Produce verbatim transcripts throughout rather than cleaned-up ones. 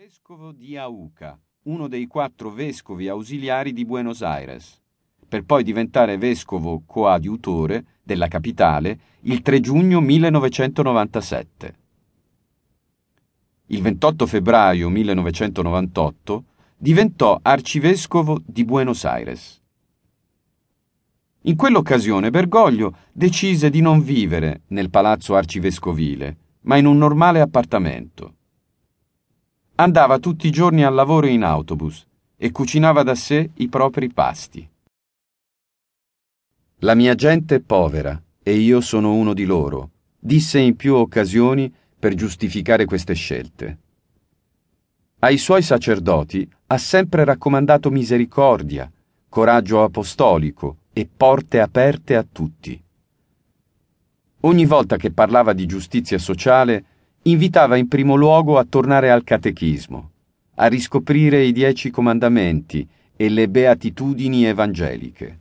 Vescovo di Auca, uno dei quattro vescovi ausiliari di Buenos Aires, per poi diventare vescovo coadiutore della capitale il tre giugno millenovecentonovantasette. Il ventotto febbraio millenovecentonovantotto diventò arcivescovo di Buenos Aires. In quell'occasione Bergoglio decise di non vivere nel palazzo arcivescovile, ma in un normale appartamento. Andava tutti i giorni al lavoro in autobus e cucinava da sé i propri pasti. La mia gente è povera e io sono uno di loro, disse in più occasioni per giustificare queste scelte. Ai suoi sacerdoti ha sempre raccomandato misericordia, coraggio apostolico e porte aperte a tutti. Ogni volta che parlava di giustizia sociale, invitava in primo luogo a tornare al catechismo, a riscoprire i dieci comandamenti e le beatitudini evangeliche.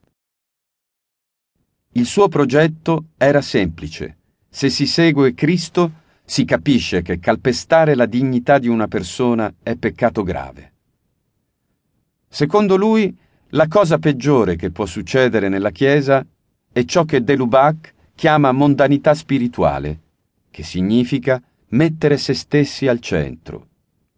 Il suo progetto era semplice. Se si segue Cristo, si capisce che calpestare la dignità di una persona è peccato grave. Secondo lui, la cosa peggiore che può succedere nella Chiesa è ciò che de Lubac chiama mondanità spirituale, che significa mettere se stessi al centro.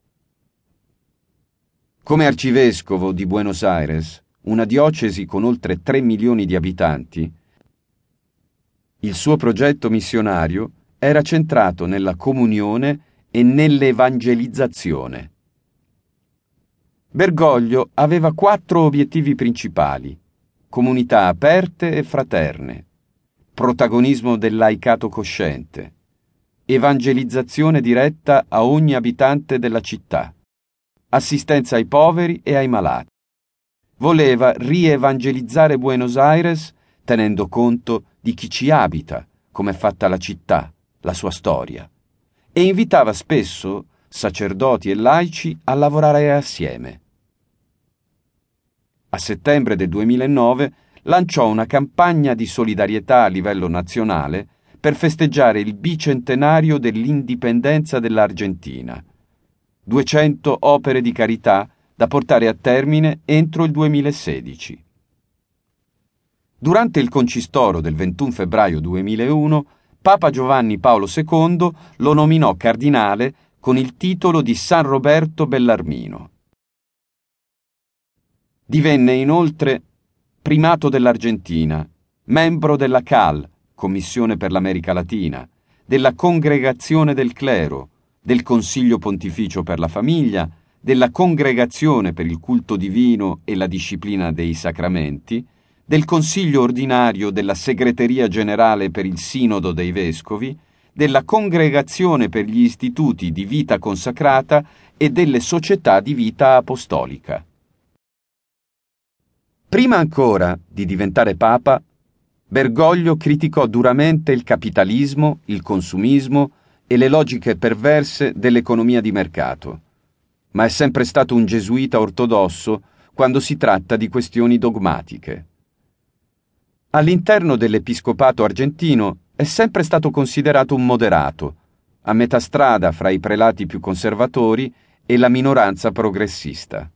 Come arcivescovo di Buenos Aires, una diocesi con oltre tre milioni di abitanti, il suo progetto missionario era centrato nella comunione e nell'evangelizzazione. Bergoglio aveva quattro obiettivi principali: comunità aperte e fraterne, protagonismo del laicato cosciente, evangelizzazione diretta a ogni abitante della città, assistenza ai poveri e ai malati. Voleva rievangelizzare Buenos Aires tenendo conto di chi ci abita, come è fatta la città, la sua storia, e invitava spesso sacerdoti e laici a lavorare assieme. A settembre del duemilanove lanciò una campagna di solidarietà a livello nazionale per festeggiare il bicentenario dell'indipendenza dell'Argentina. duecento opere di carità da portare a termine entro il duemilasedici. Durante il concistoro del ventuno febbraio duemilauno, Papa Giovanni Paolo secondo lo nominò cardinale con il titolo di San Roberto Bellarmino. Divenne inoltre primato dell'Argentina, membro della C A L, Commissione per l'America Latina, della Congregazione del Clero, del Consiglio Pontificio per la Famiglia, della Congregazione per il Culto Divino e la Disciplina dei Sacramenti, del Consiglio Ordinario della Segreteria Generale per il Sinodo dei Vescovi, della Congregazione per gli Istituti di Vita Consacrata e delle Società di Vita Apostolica. Prima ancora di diventare Papa, Bergoglio criticò duramente il capitalismo, il consumismo e le logiche perverse dell'economia di mercato, ma è sempre stato un gesuita ortodosso quando si tratta di questioni dogmatiche. All'interno dell'episcopato argentino è sempre stato considerato un moderato, a metà strada fra i prelati più conservatori e la minoranza progressista.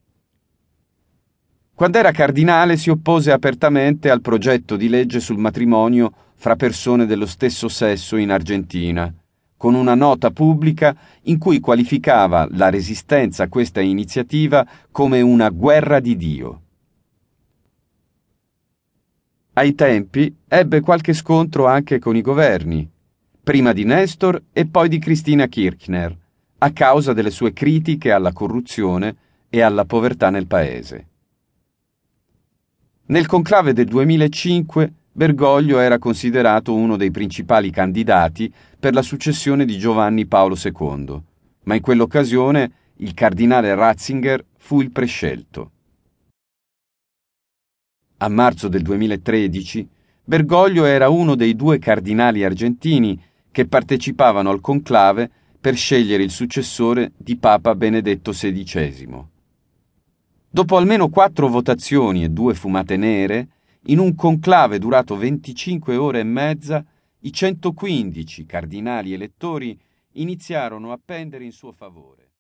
Quando era cardinale si oppose apertamente al progetto di legge sul matrimonio fra persone dello stesso sesso in Argentina, con una nota pubblica in cui qualificava la resistenza a questa iniziativa come una guerra di Dio. Ai tempi ebbe qualche scontro anche con i governi, prima di Nestor e poi di Cristina Kirchner, a causa delle sue critiche alla corruzione e alla povertà nel paese. Nel conclave del duemilacinque Bergoglio era considerato uno dei principali candidati per la successione di Giovanni Paolo secondo, ma in quell'occasione il cardinale Ratzinger fu il prescelto. A marzo del duemilatredici Bergoglio era uno dei due cardinali argentini che partecipavano al conclave per scegliere il successore di Papa Benedetto sedicesimo. Dopo almeno quattro votazioni e due fumate nere, in un conclave durato venticinque ore e mezza, i centoquindici cardinali elettori iniziarono a pendere in suo favore.